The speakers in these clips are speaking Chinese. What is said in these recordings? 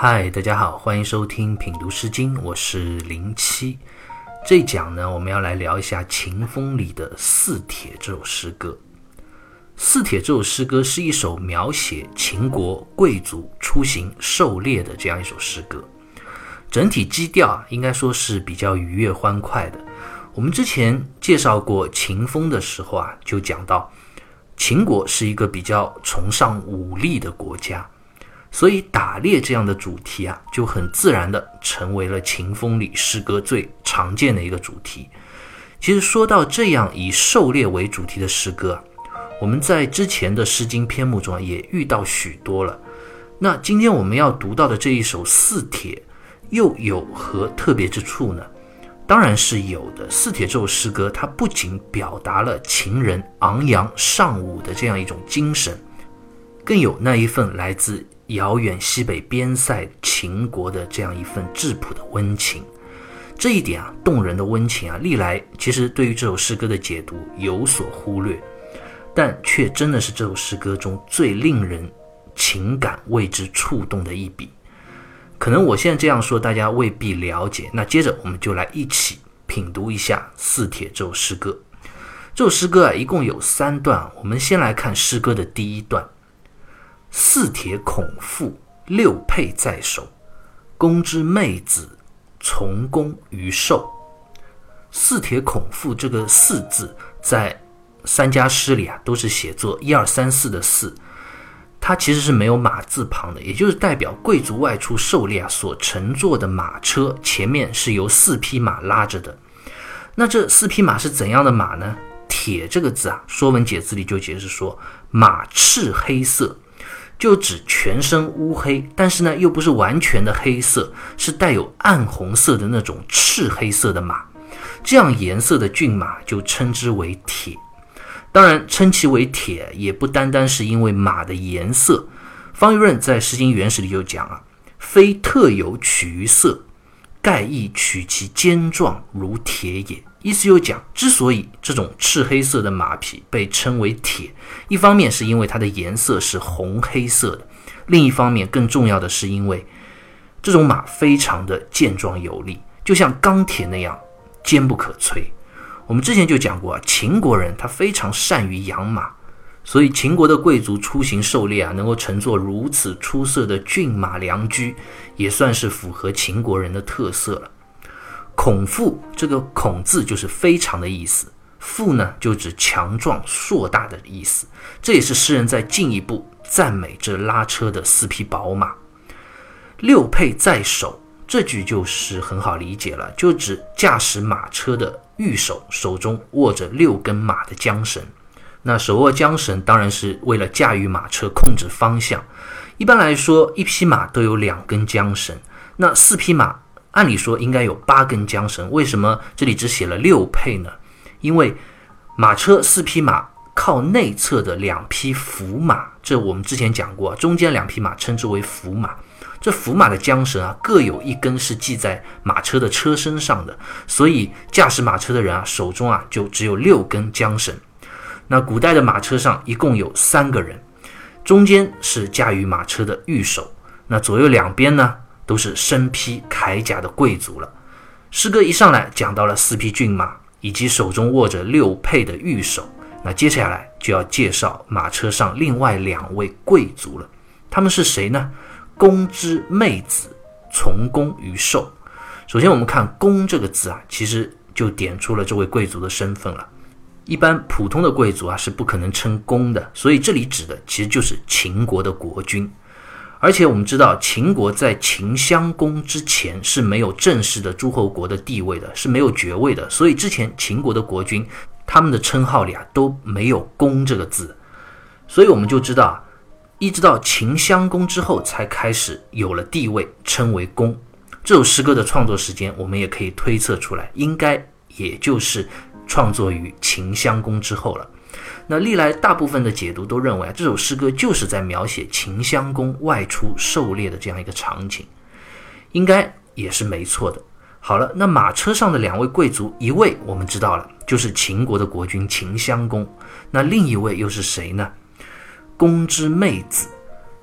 嗨，大家好，欢迎收听品读诗经，我是07。这一讲呢，我们要来聊一下秦风里的《四帖》这首诗歌。《四帖》这首诗歌是一首描写秦国贵族出行狩猎的这样一首诗歌，整体基调应该说是比较愉悦欢快的。我们之前介绍过秦风的时候就讲到秦国是一个比较崇尚武力的国家，所以打猎这样的主题就很自然的成为了秦风里诗歌最常见的一个主题。其实说到这样以狩猎为主题的诗歌我们在之前的诗经篇目中也遇到许多了。那今天我们要读到的这一首《四帖》又有何特别之处呢？当然是有的。《四帖》这首诗歌它不仅表达了秦人昂扬尚武的这样一种精神，更有那一份来自遥远西北边塞秦国的这样一份质朴的温情。这一点动人的温情历来其实对于这首诗歌的解读有所忽略，但却真的是这首诗歌中最令人情感为之触动的一笔。可能我现在这样说大家未必了解，那接着我们就来一起品读一下《四帖》这首诗歌。这首诗歌一共有3段，我们先来看诗歌的第一段。四帖孔父，六佩在手，公之妹子，从公于寿。四帖孔父这个四字在三家诗里都是写作1、2、3、4的4，它其实是没有马字旁的，也就是代表贵族外出狩猎所乘坐的马车前面是由4匹马拉着的。那这4匹马是怎样的马呢？帖这个字说文解字里就解释说，马赤黑色，就指全身乌黑，但是呢又不是完全的黑色，是带有暗红色的那种赤黑色的马。这样颜色的骏马就称之为帖。当然称其为帖也不单单是因为马的颜色，方玉润在《诗经原始》里就讲非特有取于色，盖亦取其坚壮如铁也。意思就讲，之所以这种赤黑色的马匹被称为帖，一方面是因为它的颜色是红黑色的，另一方面更重要的是因为这种马非常的健壮有力，就像钢铁那样坚不可摧。我们之前就讲过秦国人他非常善于养马，所以秦国的贵族出行狩猎能够乘坐如此出色的骏马良驹，也算是符合秦国人的特色了。孔父，这个孔字就是非常的意思，父呢就指强壮硕大的意思，这也是诗人在进一步赞美这拉车的4匹宝马。六佩在手，这句就是很好理解了，就指驾驶马车的御手手中握着6根马的缰绳。那手握缰绳当然是为了驾驭马车控制方向。一般来说一匹马都有2根缰绳，那4匹马按理说应该有8根缰绳，为什么这里只写了6佩呢？因为马车4匹马靠内侧的2匹伏马，这我们之前讲过，中间2匹马称之为伏马。这伏马的缰绳各有1根是系在马车的车身上的，所以驾驶马车的人手中就只有6根缰绳。那古代的马车上一共有3个人，中间是驾驭马车的御手，那左右两边呢都是身披铠甲的贵族了。诗歌一上来讲到了4匹骏马以及手中握着6佩的御手，那接下来就要介绍马车上另外2位贵族了。他们是谁呢？公之妹子，从公于寿。首先我们看公这个字其实就点出了这位贵族的身份了。一般普通的贵族是不可能称公的，所以这里指的其实就是秦国的国君。而且我们知道秦国在秦襄公之前是没有正式的诸侯国的地位的，是没有爵位的，所以之前秦国的国君他们的称号里都没有公这个字。所以我们就知道一直到秦襄公之后才开始有了地位，称为公。这首诗歌的创作时间我们也可以推测出来，应该也就是创作于秦襄公之后了。那历来大部分的解读都认为这首诗歌就是在描写秦襄公外出狩猎的这样一个场景，应该也是没错的。好了，那马车上的2位贵族，一位我们知道了，就是秦国的国君秦襄公，那另一位又是谁呢？公之妹子，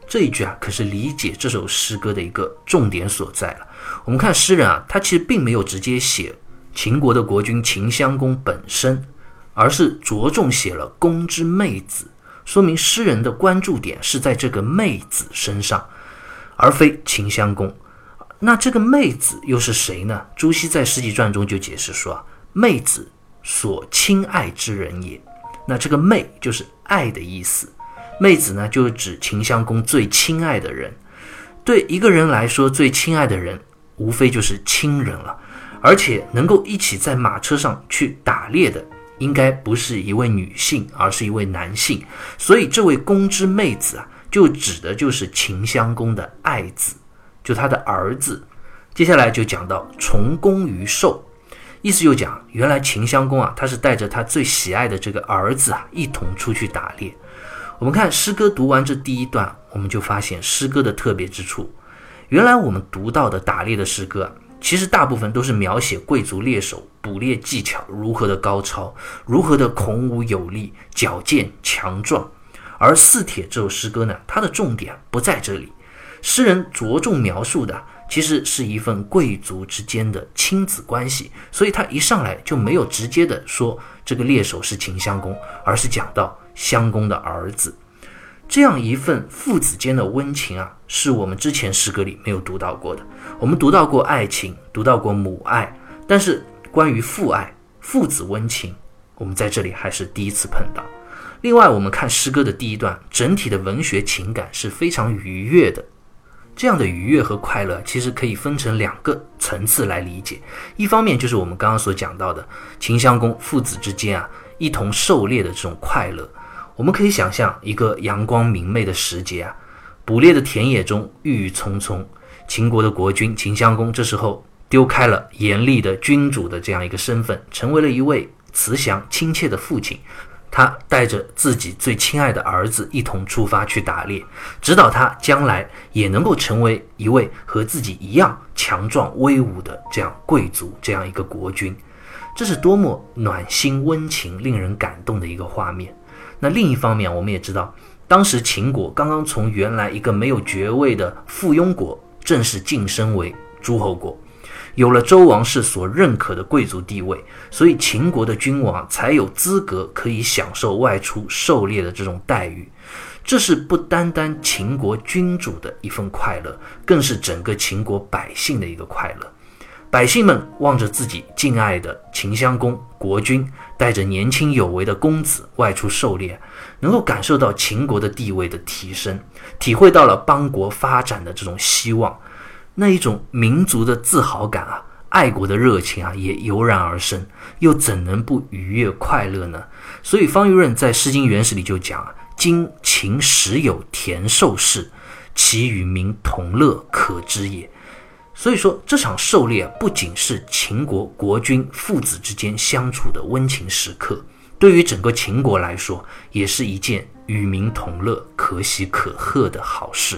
这一句啊，可是理解这首诗歌的一个重点所在了。我们看诗人啊，他其实并没有直接写秦国的国君秦襄公本身，而是着重写了公之妹子，说明诗人的关注点是在这个妹子身上，而非秦襄公。那这个妹子又是谁呢？朱熹在《诗集传》中就解释说啊，妹子所亲爱之人也。那这个妹就是爱的意思，妹子呢就是指秦襄公最亲爱的人。对一个人来说，最亲爱的人无非就是亲人了，而且能够一起在马车上去打猎的应该不是一位女性，而是一位男性。所以这位公之妹子啊，就指的就是秦襄公的爱子，就他的儿子。接下来就讲到重公于寿，意思就讲原来秦襄公啊，他是带着他最喜爱的这个儿子啊，一同出去打猎。我们看诗歌读完这第一段，我们就发现诗歌的特别之处。原来我们读到的打猎的诗歌啊，其实大部分都是描写贵族猎手捕猎技巧如何的高超，如何的孔武有力、矫健强壮。而《四帖》这首诗歌呢，它的重点不在这里，诗人着重描述的其实是一份贵族之间的亲子关系，所以他一上来就没有直接的说这个猎手是秦襄公，而是讲到襄公的儿子。这样一份父子间的温情啊，是我们之前诗歌里没有读到过的。我们读到过爱情，读到过母爱，但是关于父爱、父子温情，我们在这里还是第一次碰到。另外，我们看诗歌的第一段，整体的文学情感是非常愉悦的。这样的愉悦和快乐其实可以分成两个层次来理解。一方面就是我们刚刚所讲到的秦襄公父子之间啊一同狩猎的这种快乐。我们可以想象一个阳光明媚的时节啊，捕猎的田野中郁郁葱葱，秦国的国君秦襄公这时候丢开了严厉的君主的这样一个身份，成为了一位慈祥亲切的父亲。他带着自己最亲爱的儿子一同出发去打猎，指导他将来也能够成为一位和自己一样强壮威武的这样贵族，这样一个国君。这是多么暖心温情令人感动的一个画面。那另一方面，我们也知道当时秦国刚刚从原来一个没有爵位的附庸国正式晋升为诸侯国，有了周王室所认可的贵族地位，所以秦国的君王才有资格可以享受外出狩猎的这种待遇。这是不单单秦国君主的一份快乐，更是整个秦国百姓的一个快乐。百姓们望着自己敬爱的秦襄公国君带着年轻有为的公子外出狩猎，能够感受到秦国的地位的提升，体会到了邦国发展的这种希望，那一种民族的自豪感啊，爱国的热情啊，也油然而生，又怎能不愉悦快乐呢？所以方玉润在《诗经原始》里就讲啊，今秦时有田兽事，其与民同乐，可知也。所以说这场狩猎啊，不仅是秦国国君父子之间相处的温情时刻，对于整个秦国来说，也是一件与民同乐、可喜可贺的好事。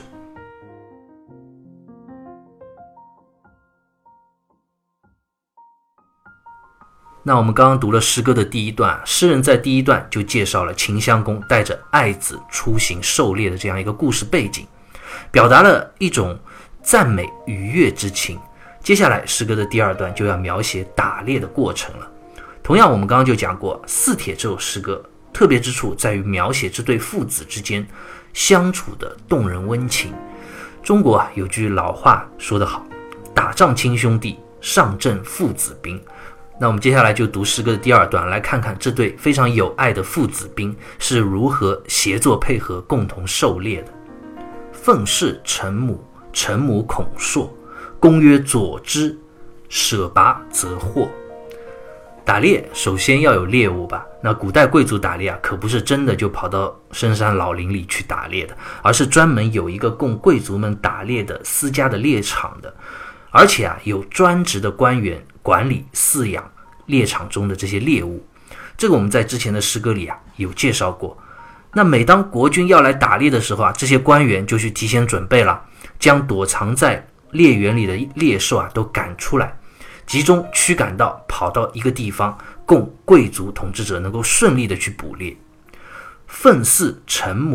那我们刚刚读了诗歌的第一段，诗人在第一段就介绍了秦襄公带着爱子出行狩猎的这样一个故事背景，表达了一种赞美愉悦之情。接下来诗歌的第二段就要描写打猎的过程了。同样我们刚刚就讲过，《四帖》这首诗歌特别之处在于描写这对父子之间相处的动人温情。中国有句老话说得好，打仗亲兄弟，上阵父子兵。那我们接下来就读诗歌的第二段，来看看这对非常有爱的父子兵是如何协作配合共同狩猎的。奉事成母，成母恐硕，公曰左之，舍拔则获。打猎首先要有猎物吧，那古代贵族打猎啊，可不是真的就跑到深山老林里去打猎的，而是专门有一个供贵族们打猎的私家的猎场的，而且啊，有专职的官员管理饲养猎场中的这些猎物。这个我们在之前的诗歌里啊有介绍过。那每当国君要来打猎的时候啊，这些官员就去提前准备了，将躲藏在猎园里的猎兽啊都赶出来，集中驱赶到跑到一个地方，供贵族统治者能够顺利的去捕猎。奉祀成母，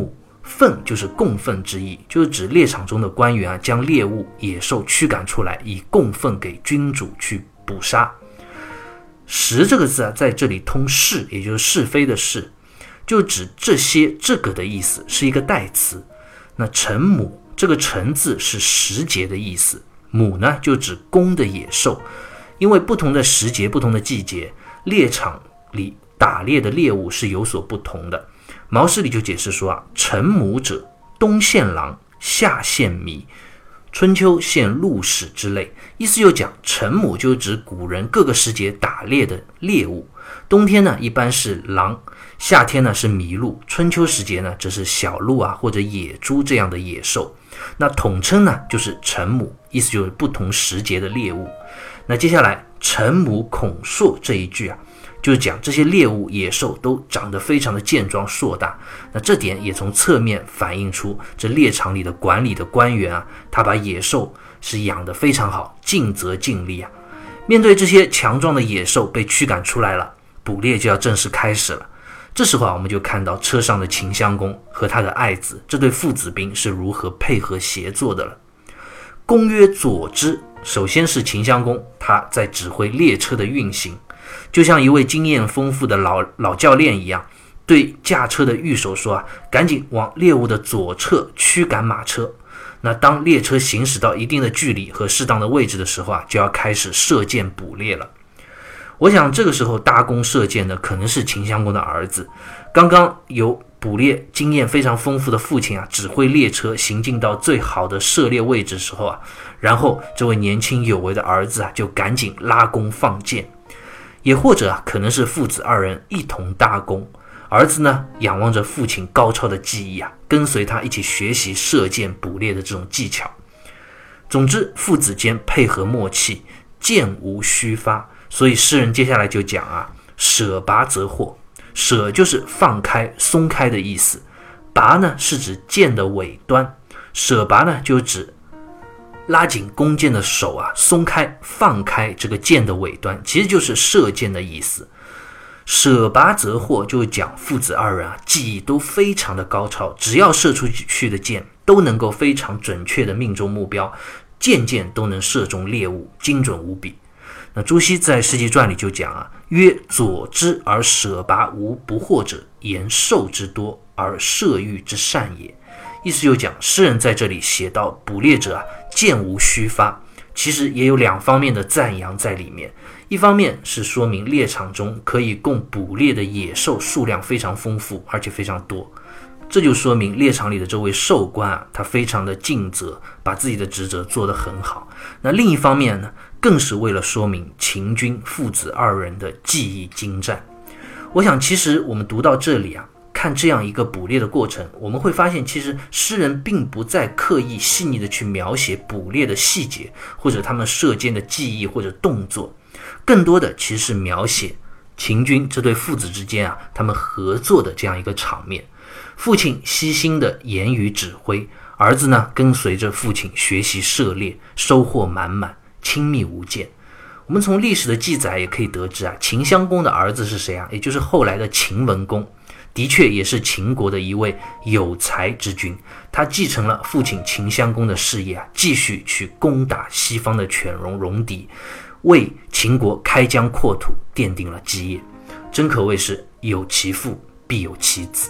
奋就是供奉之意，就是指猎场中的官员啊，将猎物野兽驱赶出来，以供奉给君主去捕杀。实这个字啊，在这里通是，也就是是非的是，就指这个的意思，是一个代词。那陈母这个陈字是时节的意思，母呢就指公的野兽。因为不同的时节、不同的季节，猎场里打猎的猎物是有所不同的。毛诗里就解释说啊，陈母者，冬献狼，夏献糜，春秋献鹿豕之类。意思就讲，陈母就指古人各个时节打猎的猎物。冬天呢一般是狼，夏天呢是麋鹿，春秋时节呢这是小鹿啊或者野猪这样的野兽。那统称呢就是陈母，意思就是不同时节的猎物。那接下来陈母孔硕这一句啊，就是讲这些猎物野兽都长得非常的健壮硕大。那这点也从侧面反映出这猎场里的管理的官员啊，他把野兽是养得非常好，尽责尽力啊。面对这些强壮的野兽被驱赶出来了，捕猎就要正式开始了。这时候啊，我们就看到车上的秦襄公和他的爱子这对父子兵是如何配合协作的了。公曰佐之，首先是秦襄公，他在指挥列车的运行，就像一位经验丰富的老教练一样，对驾车的御手说啊，赶紧往猎物的左侧驱赶马车。那当列车行驶到一定的距离和适当的位置的时候啊，就要开始射箭捕猎了。我想这个时候搭弓射箭的可能是秦襄公的儿子，刚刚由捕猎经验非常丰富的父亲啊，指挥列车行进到最好的射猎位置时候啊，然后这位年轻有为的儿子啊，就赶紧拉弓放箭。也或者啊，可能是父子二人一同搭弓，儿子呢仰望着父亲高超的技艺啊，跟随他一起学习射箭捕猎的这种技巧。总之父子间配合默契，箭无虚发。所以诗人接下来就讲啊，舍拔则获。舍就是放开松开的意思，拔呢是指箭的尾端，舍拔呢就指拉紧弓箭的手啊，松开放开这个箭的尾端，其实就是射箭的意思。舍拔则获就讲父子二人啊，技艺都非常的高超，只要射出去的箭都能够非常准确的命中目标，箭箭都能射中猎物，精准无比。那朱熹在《世纪传》里就讲啊，曰佐之而舍拔无不获者，言受之多而射御之善也。意思就讲，诗人在这里写到捕猎者啊，箭无虚发，其实也有两方面的赞扬在里面。一方面是说明猎场中可以供捕猎的野兽数量非常丰富，而且非常多，这就说明猎场里的这位兽官啊，他非常的尽责，把自己的职责做得很好。那另一方面呢，更是为了说明秦军父子二人的技艺精湛。我想其实我们读到这里啊，看这样一个捕猎的过程，我们会发现其实诗人并不再刻意细腻的去描写捕猎的细节，或者他们射箭的技艺或者动作，更多的其实是描写秦军这对父子之间啊，他们合作的这样一个场面。父亲悉心的言语指挥，儿子呢跟随着父亲学习射猎，收获满满，亲密无间。我们从历史的记载也可以得知啊，秦襄公的儿子是谁啊？也就是后来的秦文公，的确也是秦国的一位有才之君。他继承了父亲秦襄公的事业啊，继续去攻打西方的犬戎戎狄，为秦国开疆扩土奠定了基业，真可谓是有其父必有其子。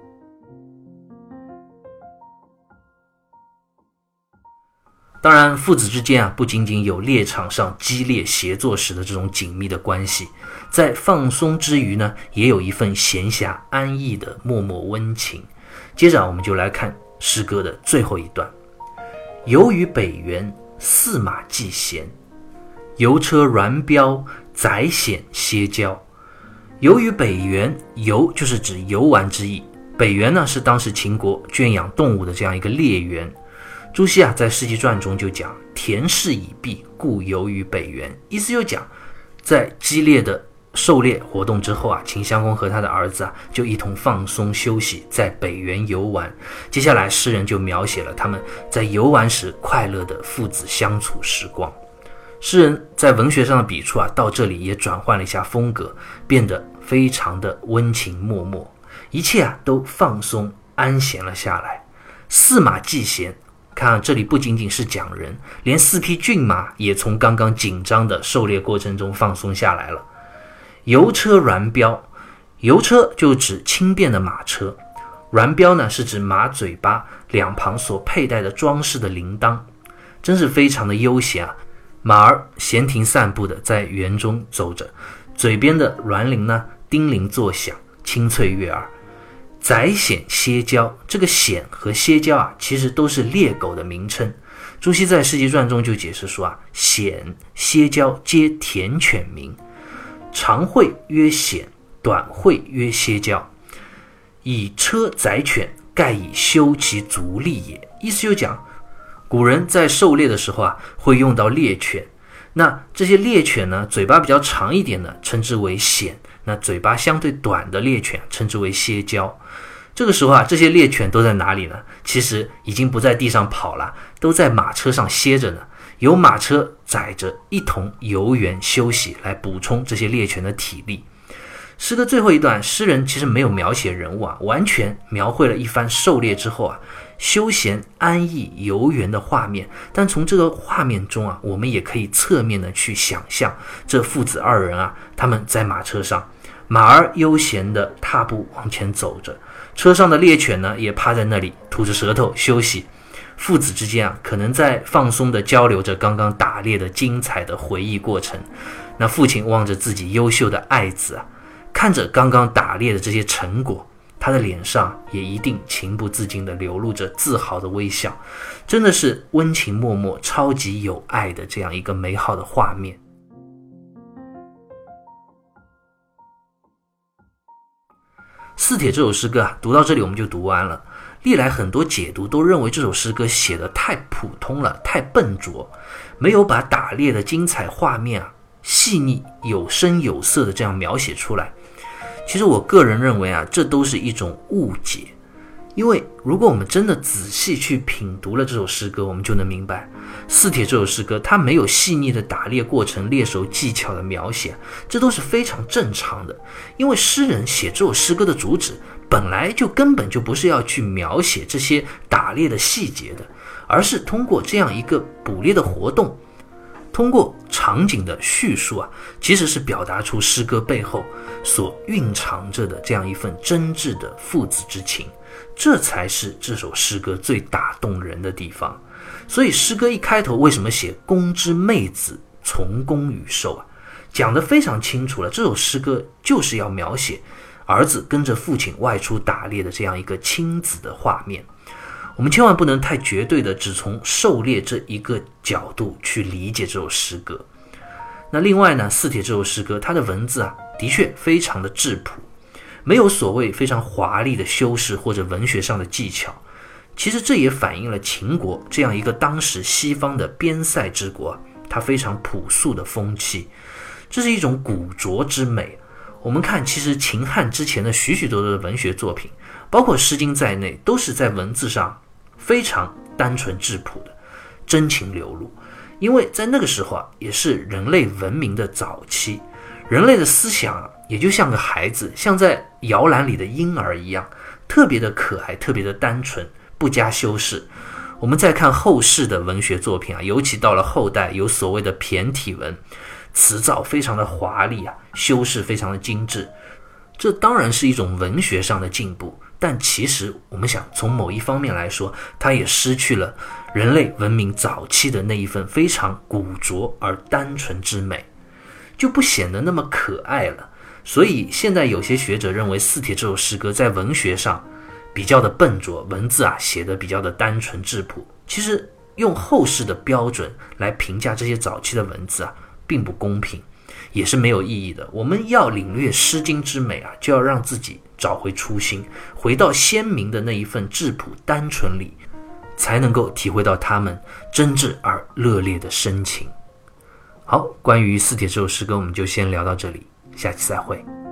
当然父子之间啊，不仅仅有猎场上激烈协作时的这种紧密的关系，在放松之余呢，也有一份闲暇安逸的默默温情。接着我们就来看诗歌的最后一段。游于北原，驷马既闲，游车鸾标，载舷歇交。游于北原，游就是指游玩之意，北原呢是当时秦国圈养动物的这样一个猎园。朱熹啊，在《世纪传》中就讲，田氏已毕，故游于北原。意思就讲，在激烈的狩猎活动之后啊，秦襄公和他的儿子啊，就一同放松休息，在北原游玩。接下来诗人就描写了他们在游玩时快乐的父子相处时光。诗人在文学上的笔触啊，到这里也转换了一下风格，变得非常的温情脉脉，一切啊都放松安闲了下来。驷马既闲，看这里不仅仅是讲人，连4匹骏马也从刚刚紧张的狩猎过程中放松下来了。游车鸾标，游车就指轻便的马车，鸾标呢是指马嘴巴两旁所佩戴的装饰的铃铛，真是非常的悠闲啊。马儿闲庭散步的在园中走着，嘴边的鸾铃呢叮铃作响，清脆悦耳。宰显歇交，这个显和歇交啊，其实都是猎狗的名称。朱熹在《世纪传》中就解释说啊，显、歇交皆田犬名，长喙曰显，短喙曰歇交。以车宰犬，盖以修其足力也。意思就讲，古人在狩猎的时候啊，会用到猎犬。那这些猎犬呢，嘴巴比较长一点的，称之为显；那嘴巴相对短的猎犬，称之为歇交。这个时候啊，这些猎犬都在哪里呢？其实已经不在地上跑了，都在马车上歇着呢。由马车载着一同游园休息，来补充这些猎犬的体力。诗歌最后一段，诗人其实没有描写人物啊，完全描绘了一番狩猎之后啊，休闲安逸游园的画面。但从这个画面中啊，我们也可以侧面的去想象这父子二人啊，他们在马车上，马儿悠闲的踏步往前走着，车上的猎犬呢也趴在那里吐着舌头休息。父子之间啊，可能在放松的交流着刚刚打猎的精彩的回忆过程。那父亲望着自己优秀的爱子啊，看着刚刚打猎的这些成果，他的脸上也一定情不自禁地流露着自豪的微笑。真的是温情脉脉、超级有爱的这样一个美好的画面。四帖这首诗歌啊，读到这里我们就读完了。历来很多解读都认为这首诗歌写得太普通了，太笨拙，没有把打猎的精彩画面啊，细腻有声有色的这样描写出来。其实我个人认为啊，这都是一种误解。因为如果我们真的仔细去品读了这首诗歌，我们就能明白，四帖这首诗歌它没有细腻的打猎过程、猎手技巧的描写，这都是非常正常的。因为诗人写这首诗歌的主旨本来就根本就不是要去描写这些打猎的细节的，而是通过这样一个捕猎的活动，通过场景的叙述啊，其实是表达出诗歌背后所蕴藏着的这样一份真挚的父子之情，这才是这首诗歌最打动人的地方。所以诗歌一开头为什么写公之妹子从公与受啊，讲得非常清楚了，这首诗歌就是要描写儿子跟着父亲外出打猎的这样一个亲子的画面。我们千万不能太绝对的只从狩猎这一个角度去理解这首诗歌。那另外呢，四帖这首诗歌它的文字啊，的确非常的质朴，没有所谓非常华丽的修饰或者文学上的技巧。其实这也反映了秦国这样一个当时西方的边塞之国，它非常朴素的风气，这是一种古拙之美。我们看，其实秦汉之前的许许多多的文学作品，包括《诗经》在内，都是在文字上非常单纯质朴的，真情流露。因为在那个时候啊，也是人类文明的早期，人类的思想啊，也就像个孩子，像在摇篮里的婴儿一样，特别的可爱，特别的单纯，不加修饰。我们再看后世的文学作品啊，尤其到了后代，有所谓的骈体文，词藻非常的华丽啊，修饰非常的精致。这当然是一种文学上的进步，但其实我们想从某一方面来说，它也失去了人类文明早期的那一份非常古拙而单纯之美，就不显得那么可爱了。所以现在有些学者认为四帖这首诗歌在文学上比较的笨拙，文字啊写得比较的单纯质朴。其实用后世的标准来评价这些早期的文字啊，并不公平，也是没有意义的。我们要领略诗经之美啊，就要让自己找回初心，回到鲜明的那一份质朴单纯里，才能够体会到他们真挚而热烈的深情。好，关于四帖这首诗歌我们就先聊到这里，下期再会。